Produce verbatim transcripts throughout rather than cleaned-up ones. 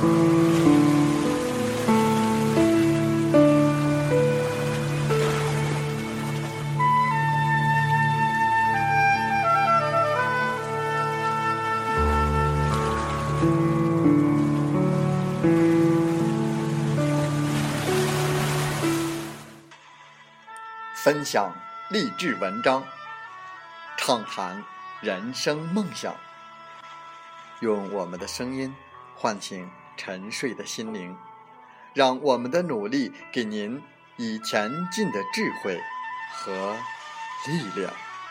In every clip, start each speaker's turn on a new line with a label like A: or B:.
A: 分享励志文章，畅谈人生梦想，用我们的声音唤醒沉睡的心灵，让我们的努力给您以前进的智慧和力量。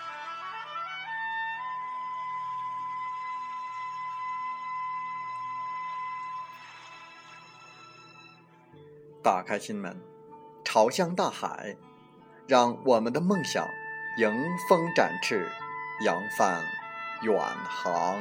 A: 打开心门，朝向大海，让我们的梦想迎风展翅，扬帆远航。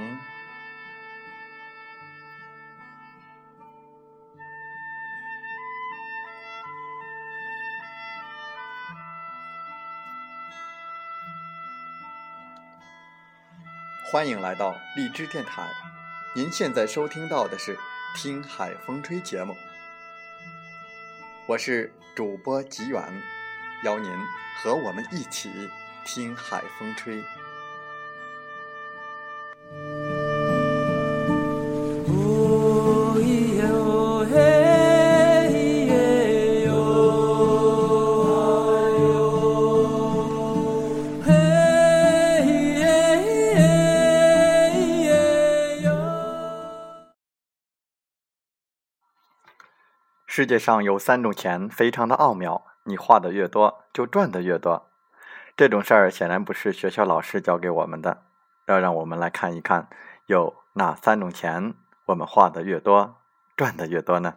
A: 欢迎来到荔枝电台，您现在收听到的是听海风吹节目，我是主播吉远，邀您和我们一起听海风吹。世界上有三种钱非常的奥妙，你花的越多就赚的越多。这种事儿显然不是学校老师教给我们的，要让我们来看一看有哪三种钱我们花的越多赚的越多呢？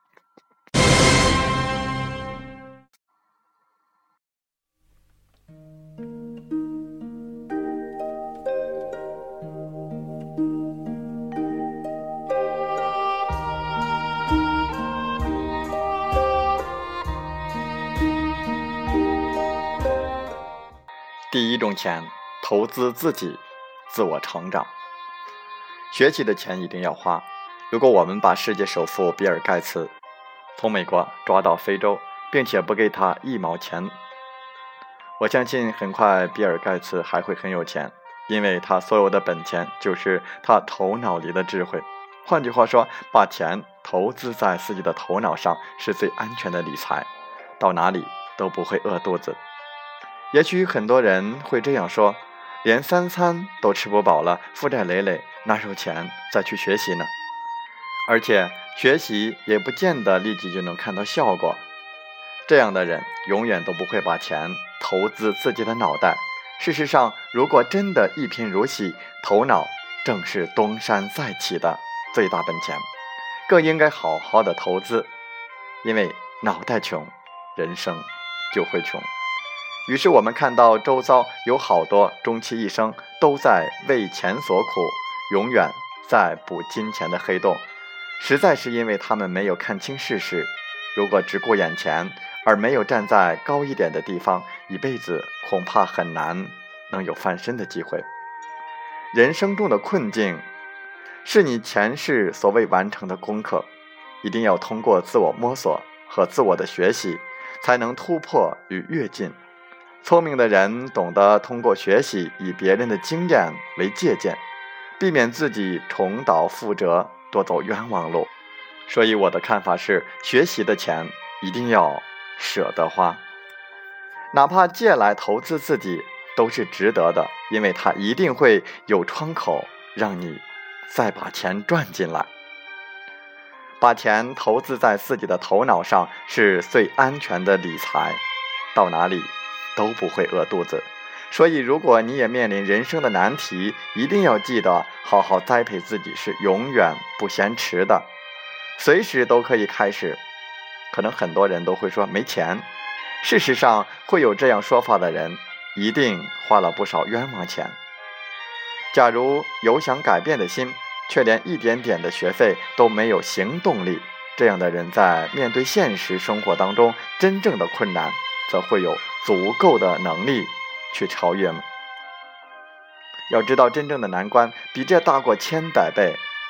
A: 第一种钱，投资自己，自我成长。学习的钱一定要花。如果我们把世界首富比尔盖茨从美国抓到非洲，并且不给他一毛钱，我相信很快比尔盖茨还会很有钱，因为他所有的本钱就是他头脑里的智慧。换句话说，把钱投资在自己的头脑上是最安全的理财，到哪里都不会饿肚子。也许很多人会这样说，连三餐都吃不饱了，负债累累，哪有钱再去学习呢？而且学习也不见得立即就能看到效果。这样的人永远都不会把钱投资自己的脑袋。事实上，如果真的一贫如洗，头脑正是东山再起的最大本钱，更应该好好的投资，因为脑袋穷，人生就会穷。于是我们看到周遭有好多终其一生都在为钱所苦，永远在补金钱的黑洞，实在是因为他们没有看清事实。如果只顾眼前，而没有站在高一点的地方，一辈子恐怕很难能有翻身的机会。人生中的困境是你前世所未完成的功课，一定要通过自我摸索和自我的学习，才能突破与跃进。聪明的人懂得通过学习以别人的经验为借鉴，避免自己重蹈覆辙，多走冤枉路。所以我的看法是，学习的钱一定要舍得花，哪怕借来投资自己都是值得的，因为它一定会有窗口让你再把钱赚进来。把钱投资在自己的头脑上是最安全的理财，到哪里都不会饿肚子。所以如果你也面临人生的难题，一定要记得好好栽培自己是永远不嫌迟的，随时都可以开始。可能很多人都会说没钱，事实上会有这样说法的人一定花了不少冤枉钱。假如有想改变的心，却连一点点的学费都没有行动力，这样的人在面对现实生活当中真正的困难，则会有足够的能力去超越吗？要知道，真正的难关比这大过千百倍，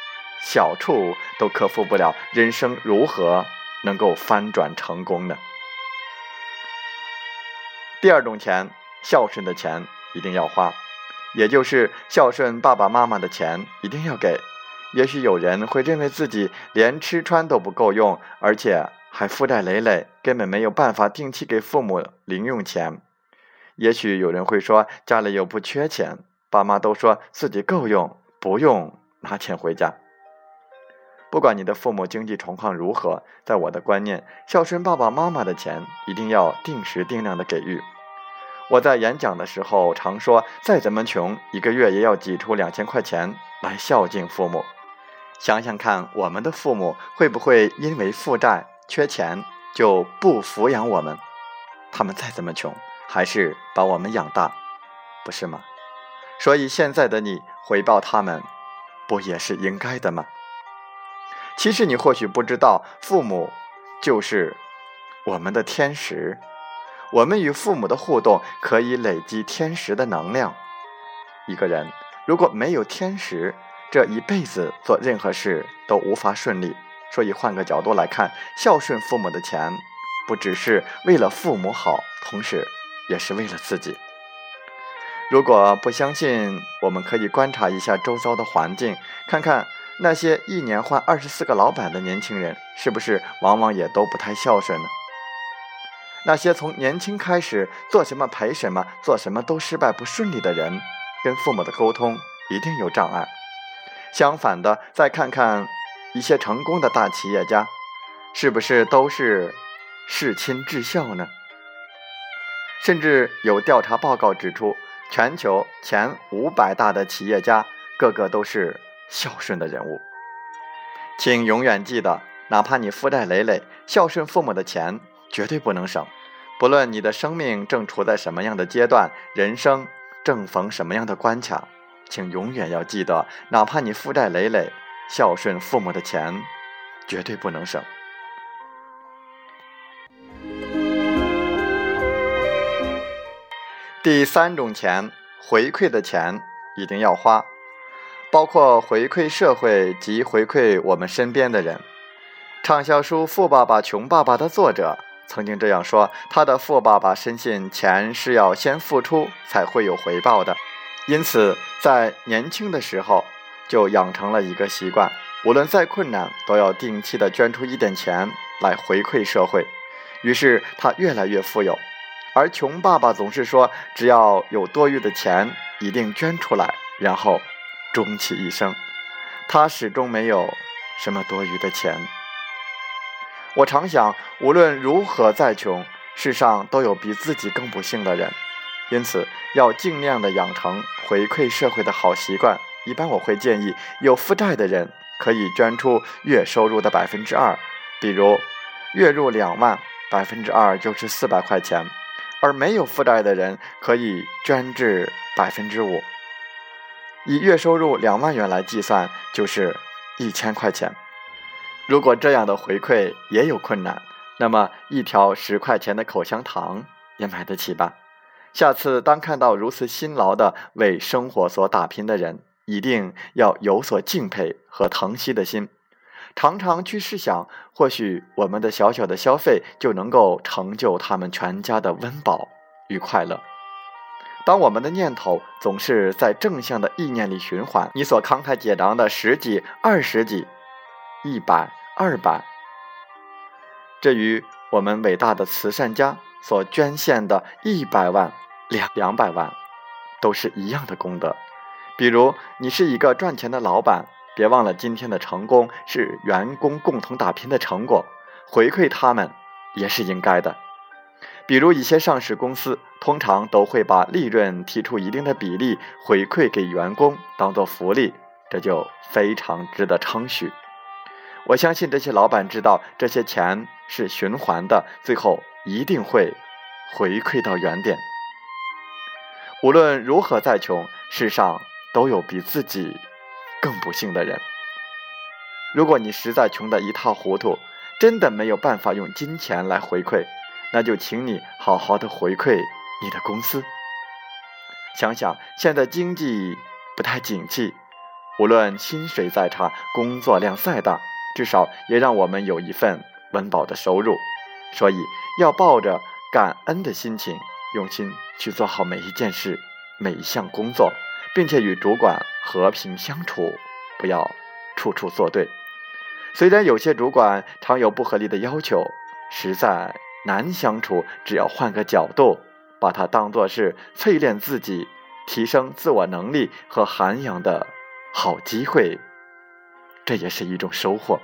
A: 小处都克服不了，人生如何能够翻转成功呢？第二种钱，孝顺的钱一定要花，也就是孝顺爸爸妈妈的钱一定要给。也许有人会认为自己连吃穿都不够用，而且还负债累累，根本没有办法定期给父母零用钱。也许有人会说，家里又不缺钱，爸妈都说自己够用，不用拿钱回家。不管你的父母经济状况如何，在我的观念，孝顺爸爸妈妈的钱一定要定时定量的给予。我在演讲的时候常说，再怎么穷，一个月也要挤出两千块钱来孝敬父母。想想看，我们的父母会不会因为负债缺钱就不抚养我们？他们再怎么穷，还是把我们养大，不是吗？所以现在的你回报他们，不也是应该的吗？其实你或许不知道，父母就是我们的天时，我们与父母的互动可以累积天时的能量。一个人如果没有天时，这一辈子做任何事都无法顺利。所以换个角度来看，孝顺父母的钱不只是为了父母好，同时也是为了自己。如果不相信，我们可以观察一下周遭的环境，看看那些一年换二十四个老板的年轻人，是不是往往也都不太孝顺呢？那些从年轻开始做什么赔什么，做什么都失败不顺利的人，跟父母的沟通一定有障碍。相反的，再看看一些成功的大企业家，是不是都是事亲至孝呢？甚至有调查报告指出，全球前五百大的企业家个个都是孝顺的人物。请永远记得，哪怕你负债累累，孝顺父母的钱绝对不能省。不论你的生命正处在什么样的阶段，人生正逢什么样的关卡，请永远要记得，哪怕你负债累累，孝顺父母的钱绝对不能省。第三种钱，回馈的钱一定要花，包括回馈社会及回馈我们身边的人。畅销书《富爸爸穷爸爸》的作者曾经这样说，他的富爸爸深信钱是要先付出才会有回报的，因此在年轻的时候就养成了一个习惯，无论再困难都要定期的捐出一点钱来回馈社会。于是他越来越富有。而穷爸爸总是说，只要有多余的钱一定捐出来，然后终其一生，他始终没有什么多余的钱。我常想，无论如何再穷，世上都有比自己更不幸的人，因此要尽量的养成回馈社会的好习惯。一般我会建议，有负债的人可以捐出月收入的百分之二，比如月入两万，百分之二就是四百块钱。而没有负债的人可以捐至百分之五，以月收入两万元来计算，就是一千块钱。如果这样的回馈也有困难，那么一条十块钱的口香糖也买得起吧。下次当看到如此辛劳的为生活所打拼的人，一定要有所敬佩和疼惜的心。常常去试想，或许我们的小小的消费就能够成就他们全家的温饱与快乐。当我们的念头总是在正向的意念里循环，你所慷慨解囊的十几、二十几、一百、二百，这与我们伟大的慈善家所捐献的一百万、两两百万，都是一样的功德。比如，你是一个赚钱的老板，别忘了今天的成功是员工共同打拼的成果，回馈他们也是应该的。比如一些上市公司通常都会把利润提出一定的比例回馈给员工当做福利，这就非常值得称许。我相信这些老板知道这些钱是循环的，最后一定会回馈到原点。无论如何再穷，世上都有比自己更不幸的人。如果你实在穷得一塌糊涂，真的没有办法用金钱来回馈，那就请你好好的回馈你的公司。想想现在经济不太景气， 无论薪水再差，工作量再大，至少也让我们有一份温饱的收入。所以要抱着感恩的心情，用心去做好每一件事，每一项工作，并且与主管和平相处，不要处处作对。虽然有些主管常有不合理的要求，实在难相处，只要换个角度，把它当作是淬炼自己、提升自我能力和涵养的好机会，这也是一种收获。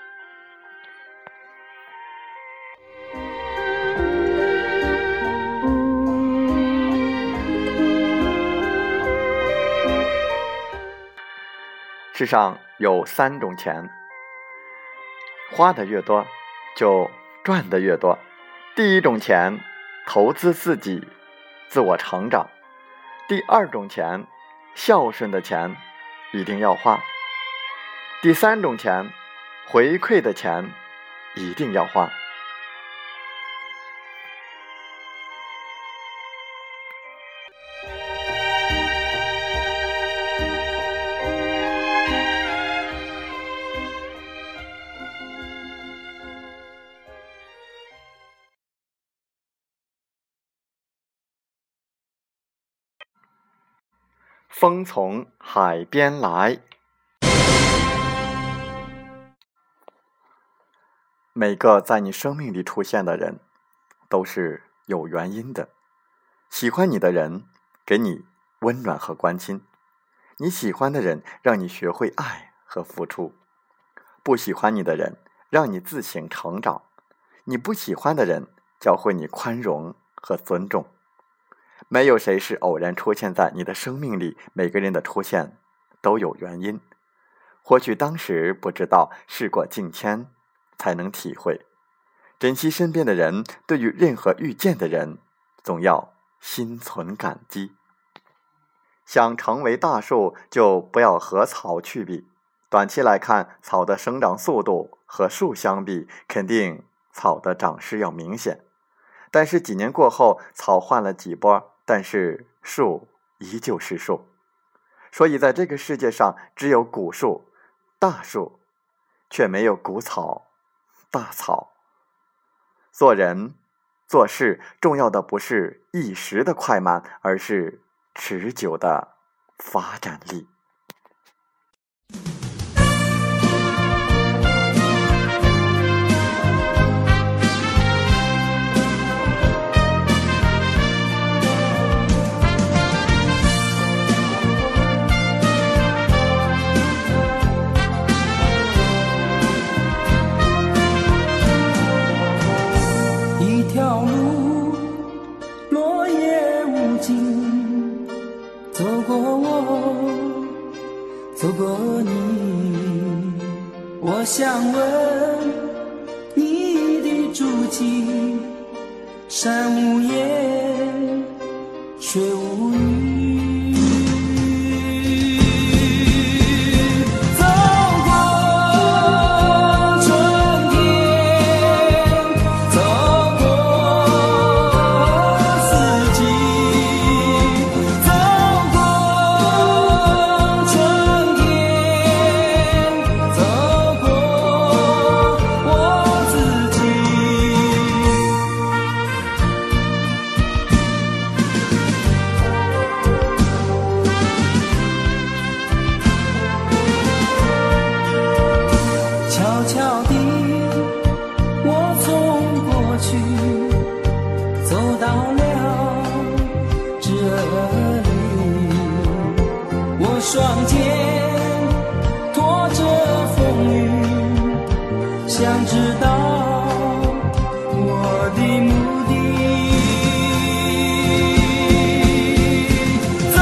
A: 世上有三种钱，花的越多，就赚的越多。第一种钱，投资自己，自我成长。第二种钱，孝顺的钱，一定要花。第三种钱，回馈的钱，一定要花。风从海边来。每个在你生命里出现的人都是有原因的。喜欢你的人给你温暖和关心，你喜欢的人让你学会爱和付出，不喜欢你的人让你自行成长，你不喜欢的人教会你宽容和尊重。没有谁是偶然出现在你的生命里，每个人的出现都有原因。或许当时不知道，事过境迁才能体会。珍惜身边的人，对于任何遇见的人，总要心存感激。想成为大树，就不要和草去比。短期来看，草的生长速度和树相比，肯定草的长势要明显。但是几年过后，草换了几波，但是树依旧是树。所以在这个世界上，只有古树、大树，却没有古草、大草。做人、做事，重要的不是一时的快慢，而是持久的发展力。
B: 走过你，我想问你的足迹，山无言，水无语。走过春天，走过四季，走过春天，走过我自己。悄悄地，我从过去走到了这里，我双肩托着风雨，想知道我的目的。走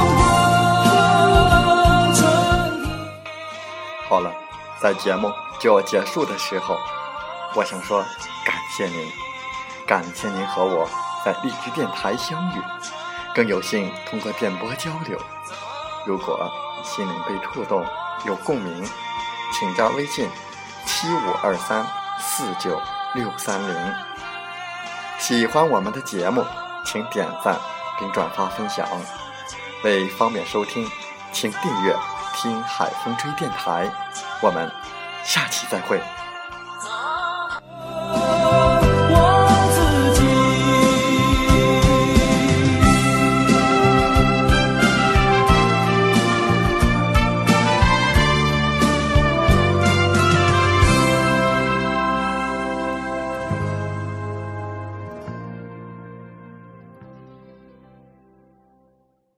B: 过春天。
A: 好了，在节目就要结束的时候，我想说感谢您，感谢您和我在荔枝电台相遇，更有幸通过电波交流。如果心灵被触动，有共鸣，请加微信七五二三四九六三零。喜欢我们的节目，请点赞并转发分享。为方便收听，请订阅听海风吹电台，我们下期再会。